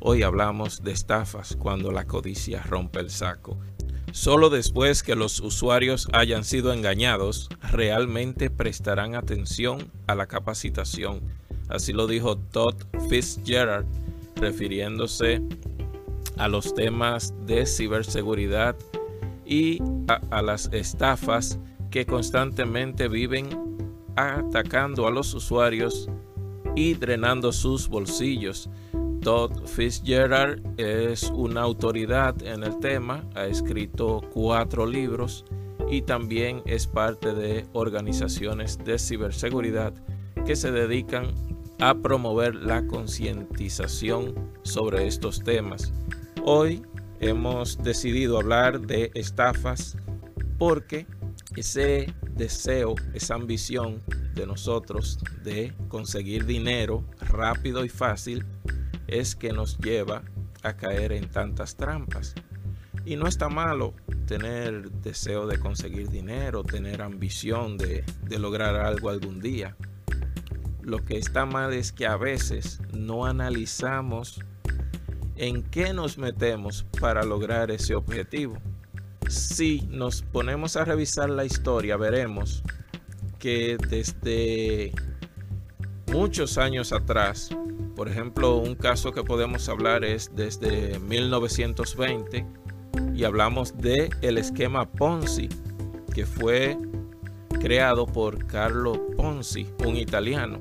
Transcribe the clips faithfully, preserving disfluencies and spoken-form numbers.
Hoy hablamos de estafas cuando la codicia rompe el saco. Solo después que los usuarios hayan sido engañados, realmente prestarán atención a la capacitación. Así lo dijo Todd Fitzgerald, refiriéndose a los temas de ciberseguridad y a, a las estafas que constantemente viven atacando a los usuarios y drenando sus bolsillos. Todd Fitzgerald es una autoridad en el tema, ha escrito cuatro libros y también es parte de organizaciones de ciberseguridad que se dedican a promover la concientización sobre estos temas. Hoy hemos decidido hablar de estafas porque ese deseo, esa ambición de nosotros de conseguir dinero rápido y fácil es que nos lleva a caer en tantas trampas. Y no está malo tener deseo de conseguir dinero, tener ambición de, de lograr algo algún día. Lo que está mal es que a veces no analizamos en qué nos metemos para lograr ese objetivo. Si nos ponemos a revisar la historia, veremos que desde muchos años atrás, por ejemplo, un caso que podemos hablar es desde mil novecientos veinte y hablamos de el esquema Ponzi, que fue creado por Carlo Ponzi, un italiano.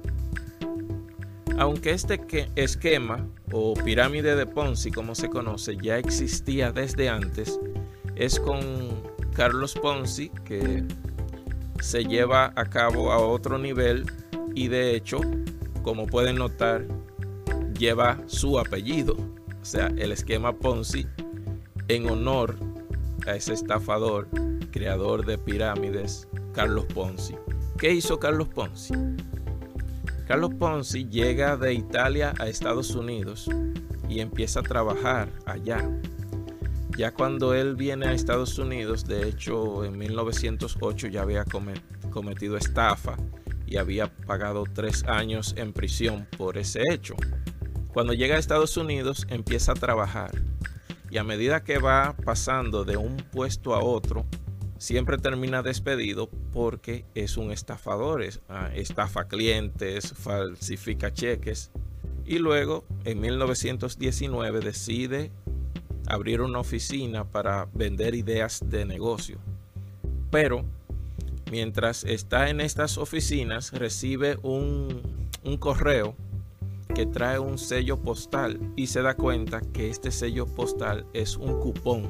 Aunque este esquema o pirámide de Ponzi, como se conoce, ya existía desde antes, es con Carlos Ponzi que se lleva a cabo a otro nivel y de hecho, como pueden notar, lleva su apellido, o sea, el esquema Ponzi en honor a ese estafador, creador de pirámides, Carlos Ponzi. ¿Qué hizo Carlos Ponzi? Carlos Ponzi llega de Italia a Estados Unidos y empieza a trabajar allá. Ya cuando él viene a Estados Unidos, de hecho en mil novecientos ocho ya había cometido estafa y había pagado tres años en prisión por ese hecho. Cuando llega a Estados Unidos empieza a trabajar y a medida que va pasando de un puesto a otro, siempre termina despedido porque es un estafador, es, uh, estafa clientes, falsifica cheques y luego en mil novecientos diecinueve decide abrir una oficina para vender ideas de negocio. Pero mientras está en estas oficinas recibe un, un correo que trae un sello postal y se da cuenta que este sello postal es un cupón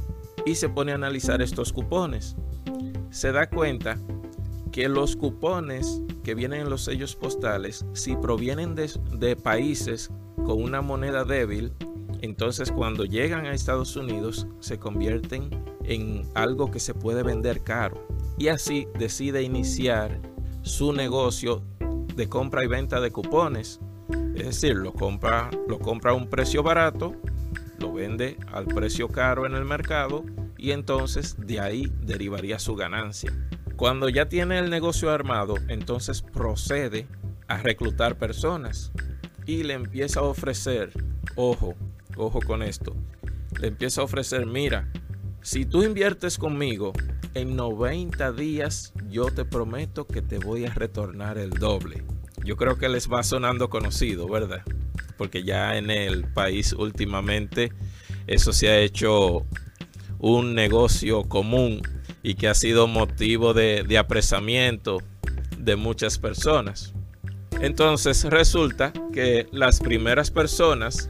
y se pone a analizar estos cupones. Se da cuenta que los cupones que vienen en los sellos postales, si provienen de, de países con una moneda débil, entonces cuando llegan a Estados Unidos se convierten en algo que se puede vender caro y así decide iniciar su negocio de compra y venta de cupones. Es decir, lo compra, lo compra a un precio barato, lo vende al precio caro en el mercado y entonces de ahí derivaría su ganancia. Cuando ya tiene el negocio armado, entonces procede a reclutar personas y le empieza a ofrecer, ojo, ojo con esto, le empieza a ofrecer, mira, si tú inviertes conmigo, en noventa días yo te prometo que te voy a retornar el doble. Yo creo que les va sonando conocido, ¿verdad? Porque ya en el país últimamente eso se ha hecho un negocio común y que ha sido motivo de, de apresamiento de muchas personas. Entonces resulta que las primeras personas,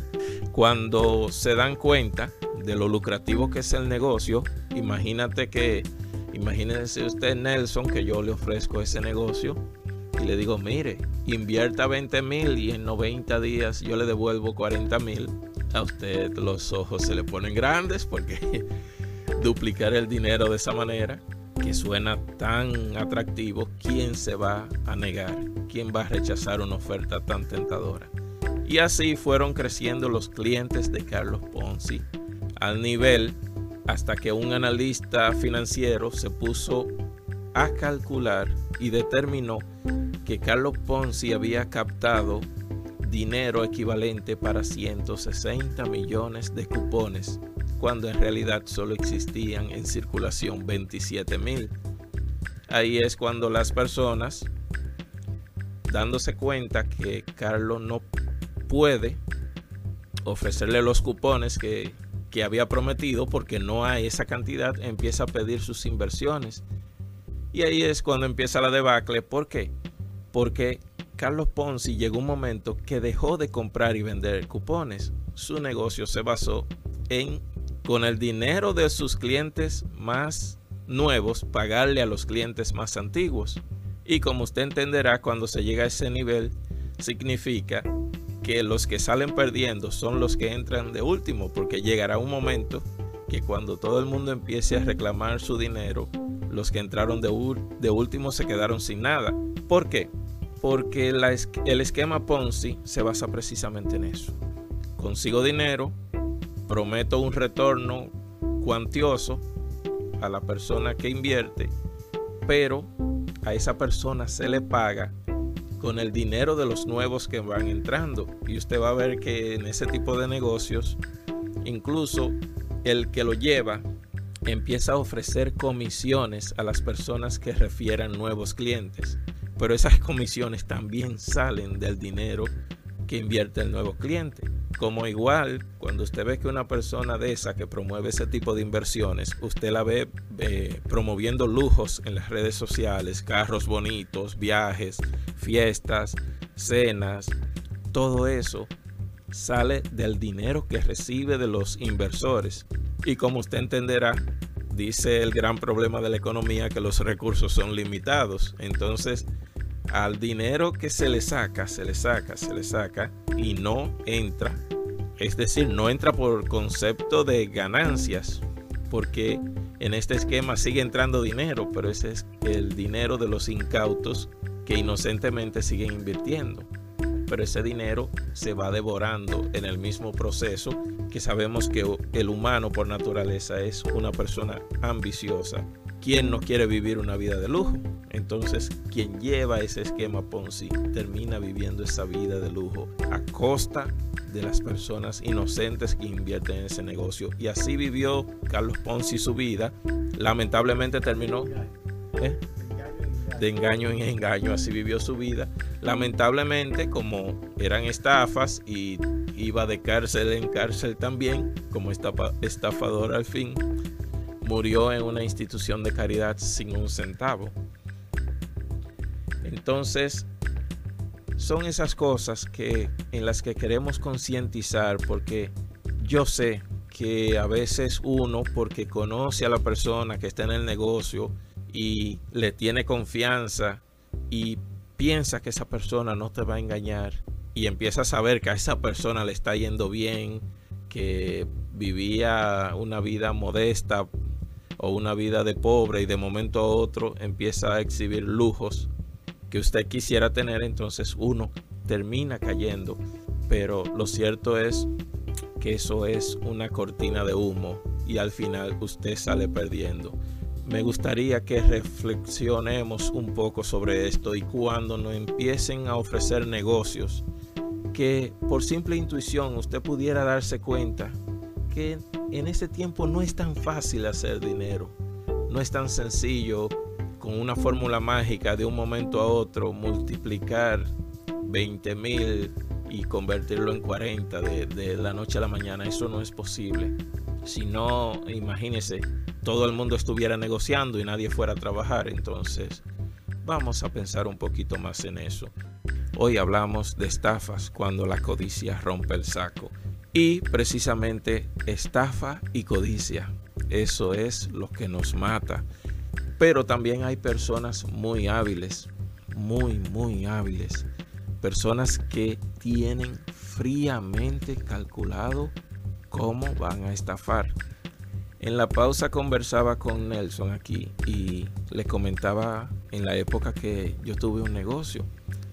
cuando se dan cuenta de lo lucrativo que es el negocio, imagínate que, imagínense usted, Nelson, que yo le ofrezco ese negocio y le digo, mire, invierta veinte mil y en noventa días yo le devuelvo cuarenta mil. A usted los ojos se le ponen grandes porque duplicar el dinero de esa manera, que suena tan atractivo, ¿quién se va a negar? ¿Quién va a rechazar una oferta tan tentadora? Y así fueron creciendo los clientes de Carlos Ponzi al nivel hasta que un analista financiero se puso a calcular y determinó que Carlos Ponzi había captado dinero equivalente para ciento sesenta millones de cupones, cuando en realidad solo existían en circulación veintisiete mil. Ahí es cuando las personas, dándose cuenta que Carlos no puede ofrecerle los cupones que, que había prometido porque no hay esa cantidad, empieza a pedir sus inversiones. Y ahí es cuando empieza la debacle. ¿Por qué? Porque Carlos Ponzi llegó un momento que dejó de comprar y vender cupones. Su negocio se basó en, con el dinero de sus clientes más nuevos, pagarle a los clientes más antiguos. Y como usted entenderá, cuando se llega a ese nivel, significa que los que salen perdiendo son los que entran de último, porque llegará un momento que cuando todo el mundo empiece a reclamar su dinero, los que entraron de, de último se quedaron sin nada. ¿Por qué? Porque la, el esquema Ponzi se basa precisamente en eso. Consigo dinero, prometo un retorno cuantioso a la persona que invierte, pero a esa persona se le paga con el dinero de los nuevos que van entrando. Y usted va a ver que en ese tipo de negocios, incluso el que lo lleva empieza a ofrecer comisiones a las personas que refieran nuevos clientes, pero esas comisiones también salen del dinero que invierte el nuevo cliente. Como igual, cuando usted ve que una persona de esa que promueve ese tipo de inversiones, usted la ve eh, promoviendo lujos en las redes sociales, carros bonitos, viajes, fiestas, cenas, todo eso sale del dinero que recibe de los inversores. Y como usted entenderá, dice el gran problema de la economía que los recursos son limitados. Entonces, al dinero que se le saca, se le saca, se le saca y no entra. Es decir, no entra por concepto de ganancias, porque en este esquema sigue entrando dinero, pero ese es el dinero de los incautos que inocentemente siguen invirtiendo. Pero ese dinero se va devorando en el mismo proceso, que sabemos que el humano por naturaleza es una persona ambiciosa. ¿Quién no quiere vivir una vida de lujo? Entonces, quien lleva ese esquema Ponzi termina viviendo esa vida de lujo a costa de las personas inocentes que invierten en ese negocio. Y así vivió Carlos Ponzi su vida. Lamentablemente terminó ¿eh? de engaño en engaño, así vivió su vida. Lamentablemente, como eran estafas y iba de cárcel en cárcel también, como estafador al fin, murió en una institución de caridad sin un centavo. Entonces, son esas cosas que, en las que queremos concientizar, porque yo sé que a veces uno, porque conoce a la persona que está en el negocio y le tiene confianza y piensa que esa persona no te va a engañar, y empieza a saber que a esa persona le está yendo bien, que vivía una vida modesta o una vida de pobre y de momento a otro empieza a exhibir lujos que usted quisiera tener, entonces uno termina cayendo. Pero lo cierto es que eso es una cortina de humo y al final usted sale perdiendo. Me gustaría que reflexionemos un poco sobre esto, y cuando nos empiecen a ofrecer negocios, que por simple intuición usted pudiera darse cuenta que en ese tiempo no es tan fácil hacer dinero, no es tan sencillo con una fórmula mágica de un momento a otro multiplicar veinte mil y convertirlo en cuarenta de, de la noche a la mañana. Eso no es posible. Si no, imagínese, todo el mundo estuviera negociando y nadie fuera a trabajar. Entonces, vamos a pensar un poquito más en eso. Hoy hablamos de estafas cuando la codicia rompe el saco. Y precisamente estafa y codicia, eso es lo que nos mata. Pero también hay personas muy hábiles, muy, muy hábiles. Personas que tienen fríamente calculado cómo van a estafar. En la pausa conversaba con Nelson aquí y le comentaba en la época que yo tuve un negocio.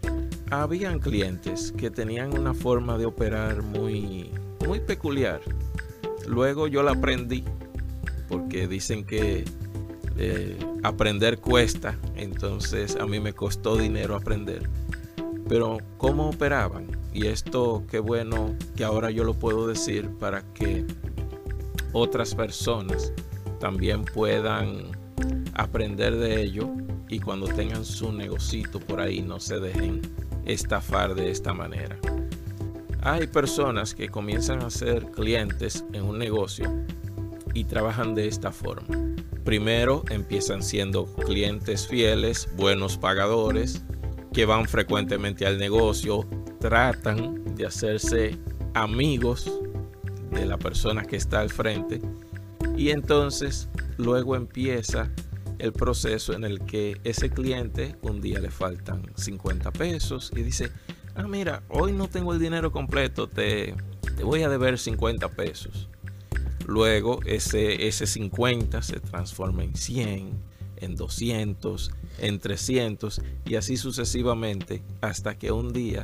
Habían clientes que tenían una forma de operar muy, muy peculiar. Luego yo la aprendí, porque dicen que eh, aprender cuesta. Entonces a mí me costó dinero aprender. Pero ¿cómo operaban? Y esto qué bueno que ahora yo lo puedo decir para que otras personas también puedan aprender de ello y cuando tengan su negocito por ahí no se dejen estafar de esta manera. Hay personas que comienzan a ser clientes en un negocio y trabajan de esta forma. Primero empiezan siendo clientes fieles, buenos pagadores, que van frecuentemente al negocio, tratan de hacerse amigos de la persona que está al frente y entonces luego empieza el proceso en el que ese cliente un día le faltan cincuenta pesos y dice, ah mira, hoy no tengo el dinero completo, te, te voy a deber cincuenta pesos. Luego ese, ese cincuenta se transforma en cien, en doscientos, en trescientos y así sucesivamente hasta que un día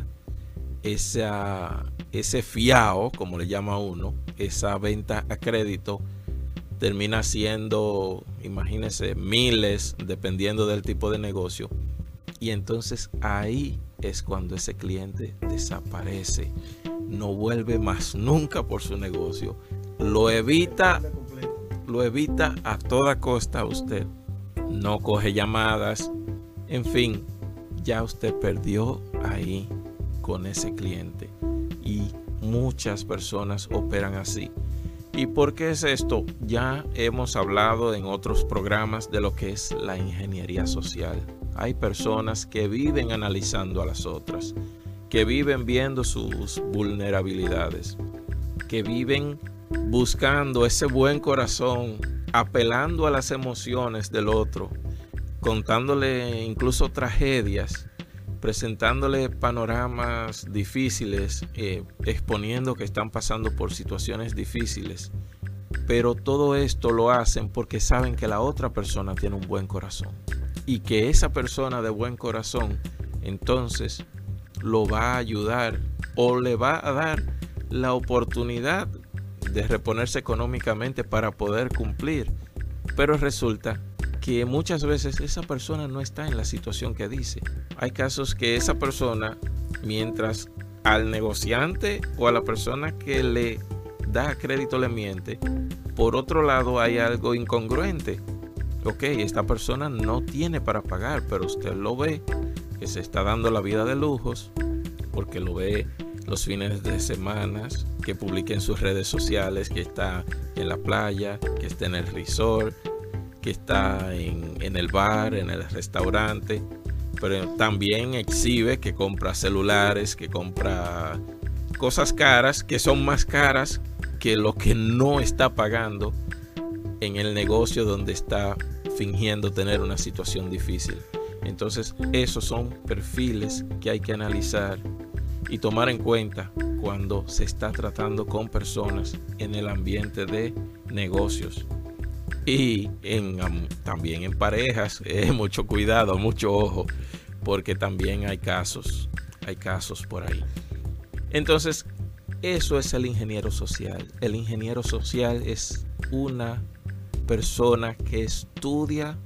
esa, ese fiao, como le llama uno, esa venta a crédito termina siendo, imagínense, miles dependiendo del tipo de negocio y entonces ahí es cuando ese cliente desaparece, no vuelve más nunca por su negocio, lo evita, lo evita a toda costa usted. No coge llamadas, en fin, ya usted perdió ahí con ese cliente y muchas personas operan así. ¿Y por qué es esto? Ya hemos hablado en otros programas de lo que es la ingeniería social. Hay personas que viven analizando a las otras, que viven viendo sus vulnerabilidades, que viven buscando ese buen corazón, apelando a las emociones del otro, contándole incluso tragedias, presentándole panoramas difíciles, eh, exponiendo que están pasando por situaciones difíciles. Pero todo esto lo hacen porque saben que la otra persona tiene un buen corazón y que esa persona de buen corazón entonces lo va a ayudar o le va a dar la oportunidad de reponerse económicamente para poder cumplir. Pero resulta que muchas veces esa persona no está en la situación que dice. Hay casos que esa persona, mientras al negociante o a la persona que le da crédito le miente, por otro lado hay algo incongruente. Ok, esta persona no tiene para pagar, pero usted lo ve que se está dando la vida de lujos porque lo ve los fines de semana, que publica en sus redes sociales que está en la playa, que está en el resort, que está en, en el bar, en el restaurante, pero también exhibe que compra celulares, que compra cosas caras, que son más caras que lo que no está pagando en el negocio donde está fingiendo tener una situación difícil. Entonces, esos son perfiles que hay que analizar y tomar en cuenta cuando se está tratando con personas en el ambiente de negocios. Y en, um, también en parejas, eh, mucho cuidado, mucho ojo, porque también hay casos, hay casos por ahí. Entonces, eso es el ingeniero social. El ingeniero social es una persona que estudia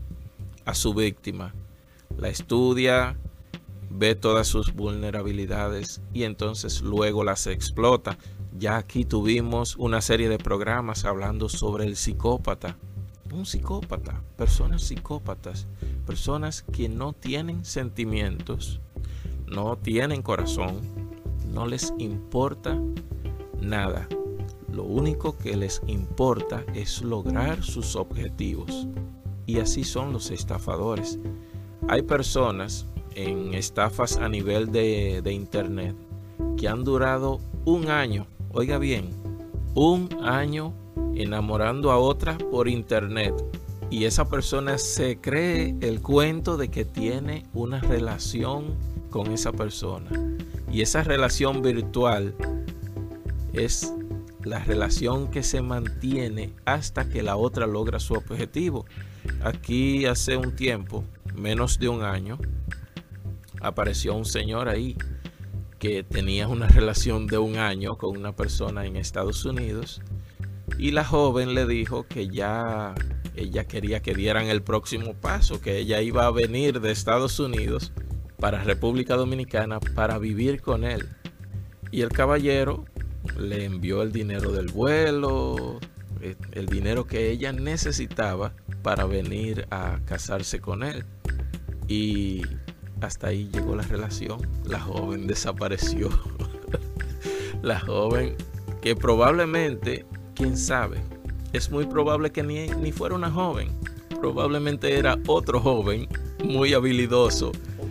a su víctima, la estudia, ve todas sus vulnerabilidades y entonces luego las explota. Ya aquí tuvimos una serie de programas hablando sobre el psicópata. Un psicópata, personas psicópatas, personas que no tienen sentimientos, no tienen corazón, no les importa nada. Lo único que les importa es lograr sus objetivos. Y así son los estafadores. Hay personas en estafas a nivel de, de internet que han durado un año. Oiga bien, un año enamorando a otra por internet y esa persona se cree el cuento de que tiene una relación con esa persona y esa relación virtual es la relación que se mantiene hasta que la otra logra su objetivo. Aquí hace un tiempo, menos de un año, apareció un señor ahí que tenía una relación de un año con una persona en Estados Unidos y la joven le dijo que ya ella quería que dieran el próximo paso, que ella iba a venir de Estados Unidos para República Dominicana para vivir con él. Y el caballero le envió el dinero del vuelo, el dinero que ella necesitaba para venir a casarse con él. Y hasta ahí llegó la relación. La joven desapareció. La joven que probablemente, quién sabe, es muy probable que ni, ni fuera una joven. Probablemente era otro joven muy habilidoso,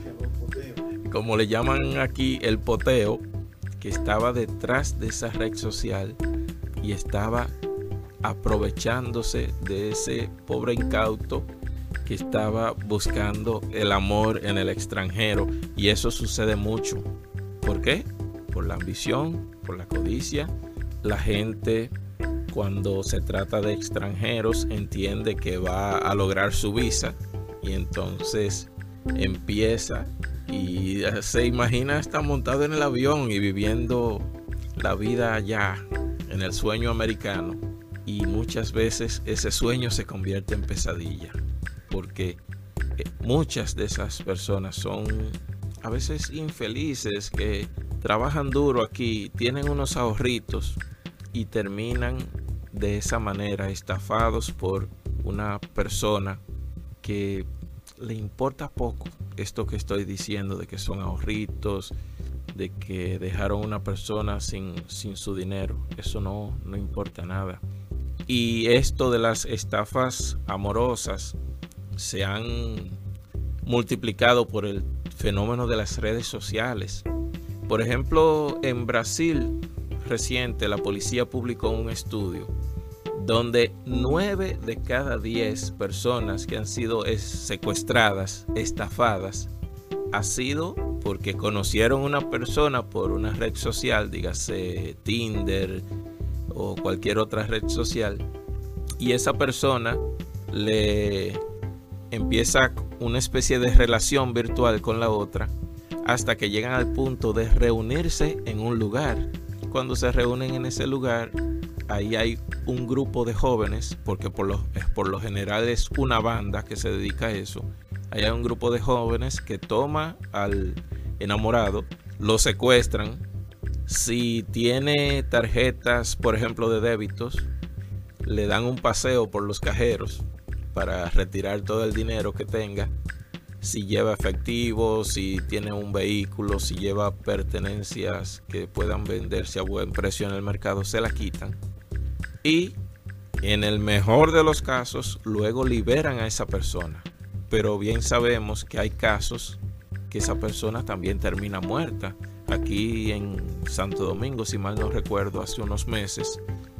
como le llaman aquí, el poteo, que estaba detrás de esa red social y estaba aprovechándose de ese pobre incauto que estaba buscando el amor en el extranjero. Y eso sucede mucho. ¿Por qué? Por la ambición, por la codicia. La gente, cuando se trata de extranjeros, entiende que va a lograr su visa y entonces empieza y se imagina estar montado en el avión y viviendo la vida allá en el sueño americano, y muchas veces ese sueño se convierte en pesadilla, porque muchas de esas personas son a veces infelices, que trabajan duro aquí, tienen unos ahorritos y terminan de esa manera estafados por una persona que le importa poco esto que estoy diciendo, de que son ahorritos, de que dejaron a una persona sin, sin su dinero. Eso no, no importa nada. Y esto de las estafas amorosas se han multiplicado por el fenómeno de las redes sociales. Por ejemplo, en Brasil reciente, la policía publicó un estudio donde nueve de cada diez personas que han sido secuestradas, estafadas, ha sido porque conocieron una persona por una red social, dígase Tinder o cualquier otra red social, y esa persona le empieza una especie de relación virtual con la otra hasta que llegan al punto de reunirse en un lugar. Cuando se reúnen en ese lugar, ahí hay un grupo de jóvenes, porque por lo, por lo general es una banda que se dedica a eso. Ahí hay un grupo de jóvenes que toma al enamorado, lo secuestran. Si tiene tarjetas, por ejemplo, de débitos, le dan un paseo por los cajeros para retirar todo el dinero que tenga. Si lleva efectivo, si tiene un vehículo, si lleva pertenencias que puedan venderse a buen precio en el mercado, se la quitan. Y en el mejor de los casos, luego liberan a esa persona. Pero bien sabemos que hay casos que esa persona también termina muerta. Aquí en Santo Domingo, si mal no recuerdo, hace unos meses,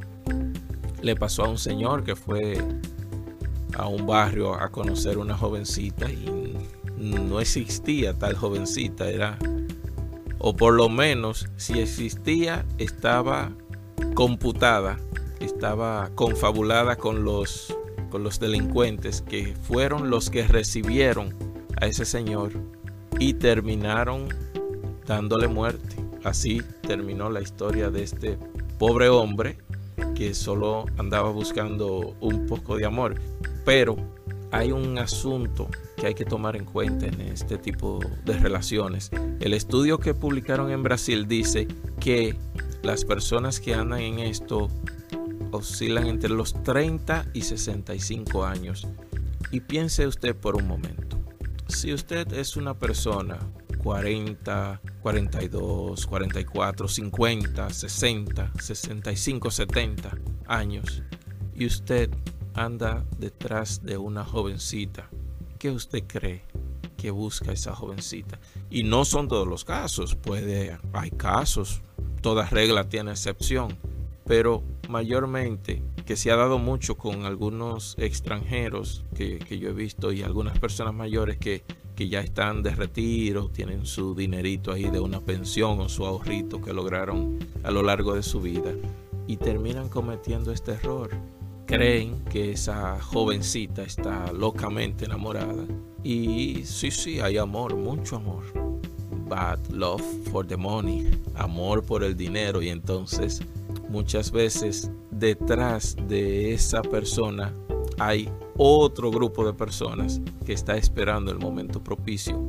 le pasó a un señor que fue a un barrio a conocer una jovencita y no existía tal jovencita, era, o por lo menos si existía, estaba computada, estaba confabulada con los, con los delincuentes, que fueron los que recibieron a ese señor y terminaron dándole muerte. Así terminó la historia de este pobre hombre que solo andaba buscando un poco de amor. Pero hay un asunto que hay que tomar en cuenta en este tipo de relaciones. El estudio que publicaron en Brasil dice que las personas que andan en esto oscilan entre los treinta y sesenta y cinco años. Y piense usted por un momento, si usted es una persona cuarenta, cuarenta y dos, cuarenta y cuatro, cincuenta, sesenta, sesenta y cinco, setenta años, y usted anda detrás de una jovencita, ¿qué usted cree que busca esa jovencita? Y no son todos los casos, puede, hay casos, toda regla tiene excepción, pero mayormente, que se ha dado mucho con algunos extranjeros que, que yo he visto, y algunas personas mayores que, que ya están de retiro, tienen su dinerito ahí de una pensión o su ahorrito que lograron a lo largo de su vida, y terminan cometiendo este error. Creen que esa jovencita está locamente enamorada, y sí, sí, hay amor, mucho amor, but love for the money, amor por el dinero. Y entonces muchas veces detrás de esa persona hay otro grupo de personas que está esperando el momento propicio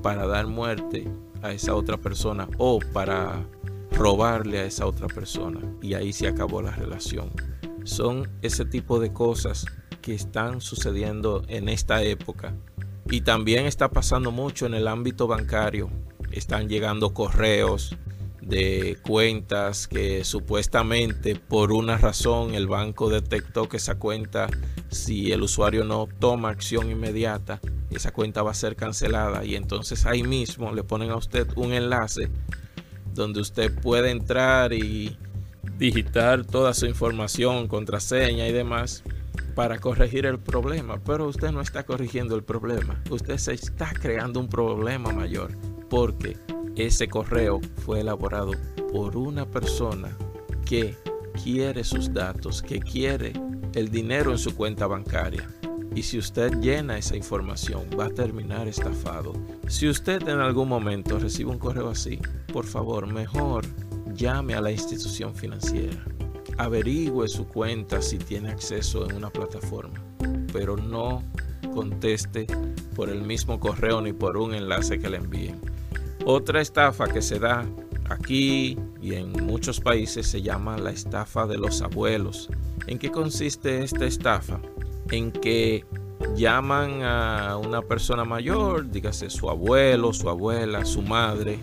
para dar muerte a esa otra persona o para robarle a esa otra persona, y ahí se acabó la relación. Son ese tipo de cosas que están sucediendo en esta época, y también está pasando mucho en el ámbito bancario. Están llegando correos de cuentas que supuestamente por una razón el banco detectó que esa cuenta, si el usuario no toma acción inmediata, esa cuenta va a ser cancelada, y entonces ahí mismo le ponen a usted un enlace donde usted puede entrar y digitar toda su información, contraseña y demás para corregir el problema. Pero usted no está corrigiendo el problema, usted se está creando un problema mayor, porque ese correo fue elaborado por una persona que quiere sus datos, que quiere el dinero en su cuenta bancaria. Y si usted llena esa información, va a terminar estafado. Si usted en algún momento recibe un correo así, por favor, mejor llame a la institución financiera. Averigüe su cuenta si tiene acceso en una plataforma, pero no conteste por el mismo correo ni por un enlace que le envíen. Otra estafa que se da aquí y en muchos países se llama la estafa de los abuelos. ¿En qué consiste esta estafa? En que llaman a una persona mayor, dígase su abuelo, su abuela, su madre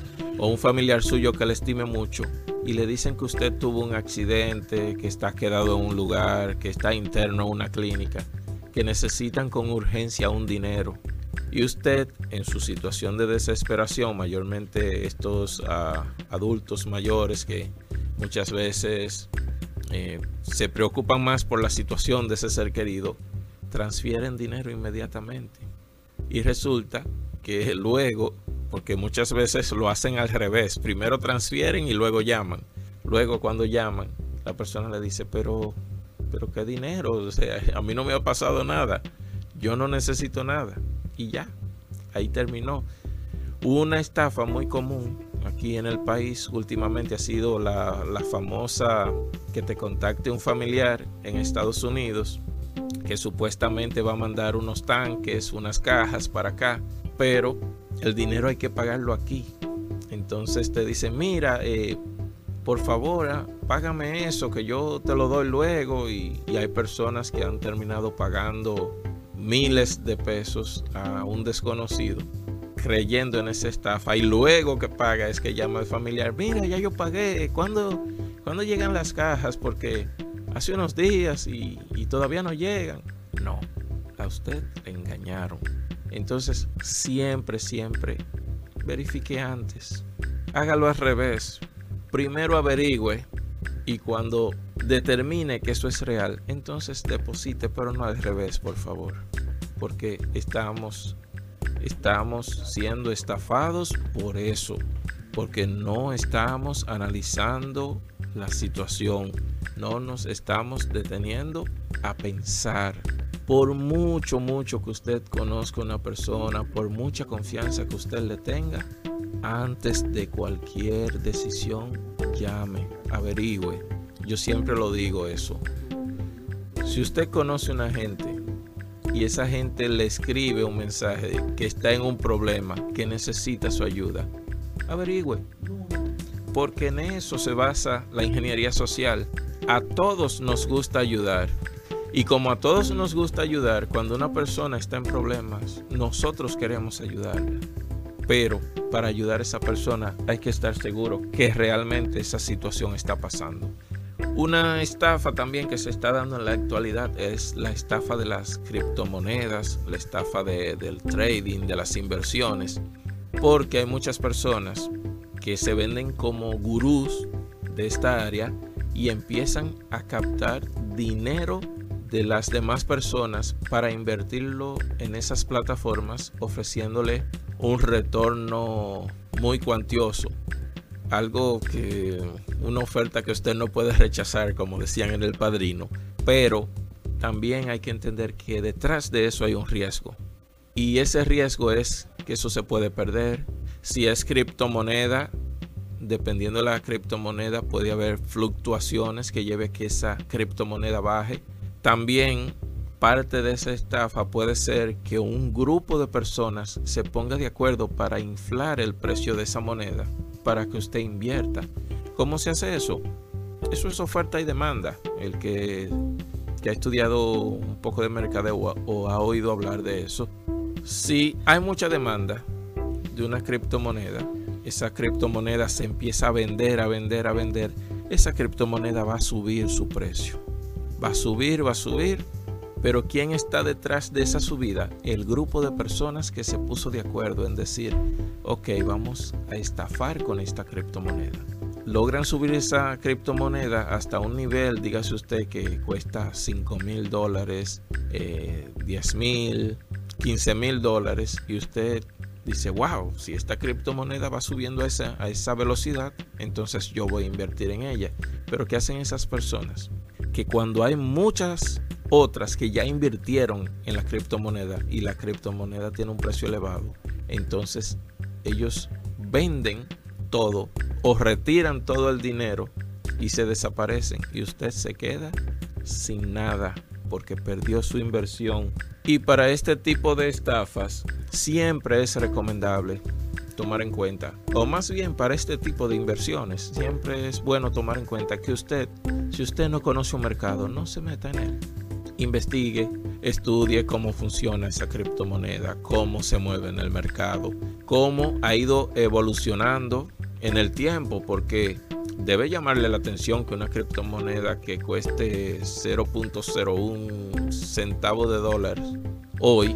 o un familiar suyo que le estime mucho, y le dicen que usted tuvo un accidente, que está quedado en un lugar, que está interno en una clínica, que necesitan con urgencia un dinero. Y usted, en su situación de desesperación, mayormente estos uh, adultos mayores que muchas veces eh, se preocupan más por la situación de ese ser querido, transfieren dinero inmediatamente. Y resulta que luego, porque muchas veces lo hacen al revés, primero transfieren y luego llaman. Luego cuando llaman, la persona le dice, pero, pero ¿qué dinero? O sea, a mí no me ha pasado nada, yo no necesito nada. Y ya, ahí terminó. Una estafa muy común aquí en el país últimamente ha sido la, la famosa que te contacte un familiar en Estados Unidos que supuestamente va a mandar unos tanques, unas cajas para acá, pero el dinero hay que pagarlo aquí. Entonces te dicen, mira, eh, por favor, págame eso que yo te lo doy luego, y, y hay personas que han terminado pagando miles de pesos a un desconocido creyendo en esa estafa, y luego que paga es que llama al familiar, mira, ya yo pagué, ¿cuándo, ¿cuándo llegan las cajas? Porque hace unos días y, y todavía no llegan. No, a usted le engañaron. Entonces siempre, siempre verifique antes, hágalo al revés, primero averigüe, y cuando determine que eso es real, entonces deposite, pero no al revés, por favor, porque estamos, estamos siendo estafados por eso, porque no estamos analizando la situación, no nos estamos deteniendo a pensar. Por mucho, mucho que usted conozca a una persona, por mucha confianza que usted le tenga, antes de cualquier decisión, llame, averigüe. Yo siempre lo digo eso. Si usted conoce a una gente y esa gente le escribe un mensaje de que está en un problema, que necesita su ayuda, averigüe. Porque en eso se basa la ingeniería social. A todos nos gusta ayudar. Y como a todos nos gusta ayudar, cuando una persona está en problemas, nosotros queremos ayudarla. Pero para ayudar a esa persona hay que estar seguro que realmente esa situación está pasando. Una estafa también que se está dando en la actualidad es la estafa de las criptomonedas, la estafa de, del trading, de las inversiones, porque hay muchas personas que se venden como gurús de esta área y empiezan a captar dinero de las demás personas para invertirlo en esas plataformas, ofreciéndole un retorno muy cuantioso, algo que una oferta que usted no puede rechazar, como decían en El Padrino. Pero también hay que entender que detrás de eso hay un riesgo, y ese riesgo es que eso se puede perder. Si es criptomoneda, dependiendo de la criptomoneda, puede haber fluctuaciones que lleve que esa criptomoneda baje. También parte de esa estafa puede ser que un grupo de personas se ponga de acuerdo para inflar el precio de esa moneda para que usted invierta. ¿Cómo se hace eso? Eso es oferta y demanda. El que, que ha estudiado un poco de mercadeo o, o ha oído hablar de eso. Si hay mucha demanda de una criptomoneda, esa criptomoneda se empieza a vender, a vender, a vender, esa criptomoneda va a subir su precio. Va a subir, va a subir. Pero ¿quién está detrás de esa subida? El grupo de personas que se puso de acuerdo en decir, ok, vamos a estafar con esta criptomoneda. Logran subir esa criptomoneda hasta un nivel, dígase usted, que cuesta cinco mil dólares, eh, diez mil, quince mil dólares, y usted dice, wow, si esta criptomoneda va subiendo a esa, a esa velocidad, entonces yo voy a invertir en ella. Pero ¿qué hacen esas personas? Que cuando hay muchas otras que ya invirtieron en la criptomoneda y la criptomoneda tiene un precio elevado, entonces ellos venden todo o retiran todo el dinero y se desaparecen, y usted se queda sin nada porque perdió su inversión. Y para este tipo de estafas siempre es recomendable tomar en cuenta, o más bien para este tipo de inversiones, siempre es bueno tomar en cuenta que usted, si usted no conoce un mercado, no se meta en él. Investigue, estudie cómo funciona esa criptomoneda, cómo se mueve en el mercado, cómo ha ido evolucionando en el tiempo, porque debe llamarle la atención que una criptomoneda que cueste cero punto cero uno centavos de dólares hoy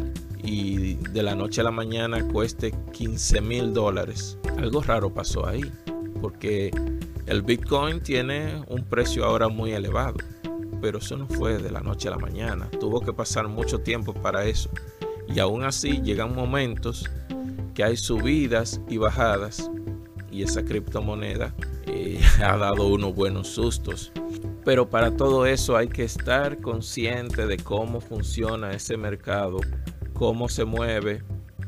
y de la noche a la mañana cueste quince mil dólares. Algo raro pasó ahí, porque el Bitcoin tiene un precio ahora muy elevado. Pero eso no fue de la noche a la mañana, tuvo que pasar mucho tiempo para eso. Y aún así llegan momentos que hay subidas y bajadas, y esa criptomoneda eh, ha dado unos buenos sustos. Pero para todo eso hay que estar consciente de cómo funciona ese mercado, cómo se mueve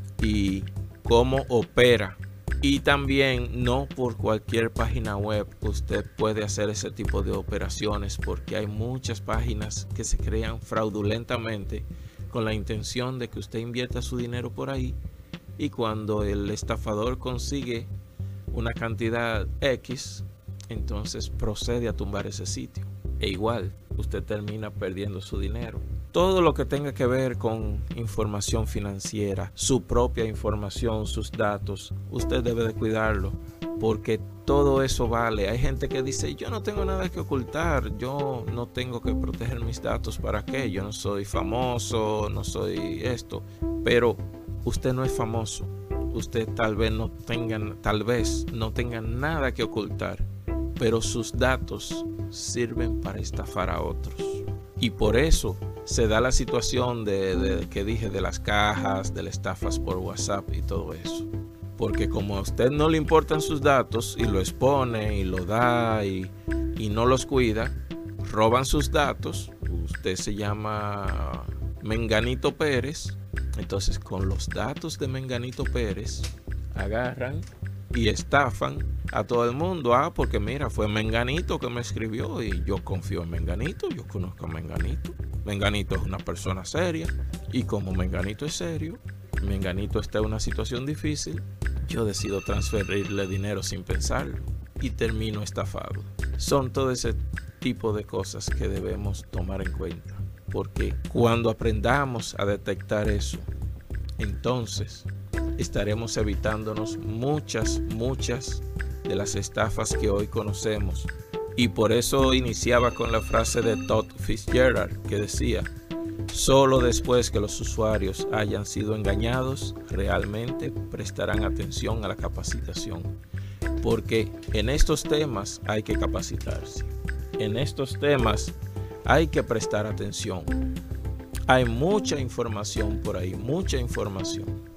y cómo opera. Y también no por cualquier página web usted puede hacer ese tipo de operaciones, porque hay muchas páginas que se crean fraudulentamente con la intención de que usted invierta su dinero por ahí, y cuando el estafador consigue una cantidad X, entonces procede a tumbar ese sitio. E igual, usted termina perdiendo su dinero. Todo lo que tenga que ver con información financiera, su propia información, sus datos, usted debe de cuidarlo, porque todo eso vale. Hay gente que dice, yo no tengo nada que ocultar, yo no tengo que proteger mis datos, ¿para qué? Yo no soy famoso, no soy esto. Pero usted no es famoso, usted tal vez no tenga, tal vez no tenga nada que ocultar, pero sus datos sirven para estafar a otros. Y por eso se da la situación de, de que dije de las cajas, de las estafas por WhatsApp y todo eso. Porque como a usted no le importan sus datos y lo expone y lo da y, y no los cuida, roban sus datos. Usted se llama Menganito Pérez. Entonces con los datos de Menganito Pérez agarran y estafan a todo el mundo. Ah, porque mira, fue Menganito que me escribió y yo confío en Menganito, yo conozco a Menganito. Menganito es una persona seria, y como Menganito es serio, Menganito está en una situación difícil, yo decido transferirle dinero sin pensarlo y termino estafado. Son todo ese tipo de cosas que debemos tomar en cuenta, porque cuando aprendamos a detectar eso, entonces estaremos evitándonos muchas, muchas de las estafas que hoy conocemos. Y por eso iniciaba con la frase de Todd Fitzgerald, que decía, solo después que los usuarios hayan sido engañados, realmente prestarán atención a la capacitación. Porque en estos temas hay que capacitarse. En estos temas hay que prestar atención. Hay mucha información por ahí, mucha información.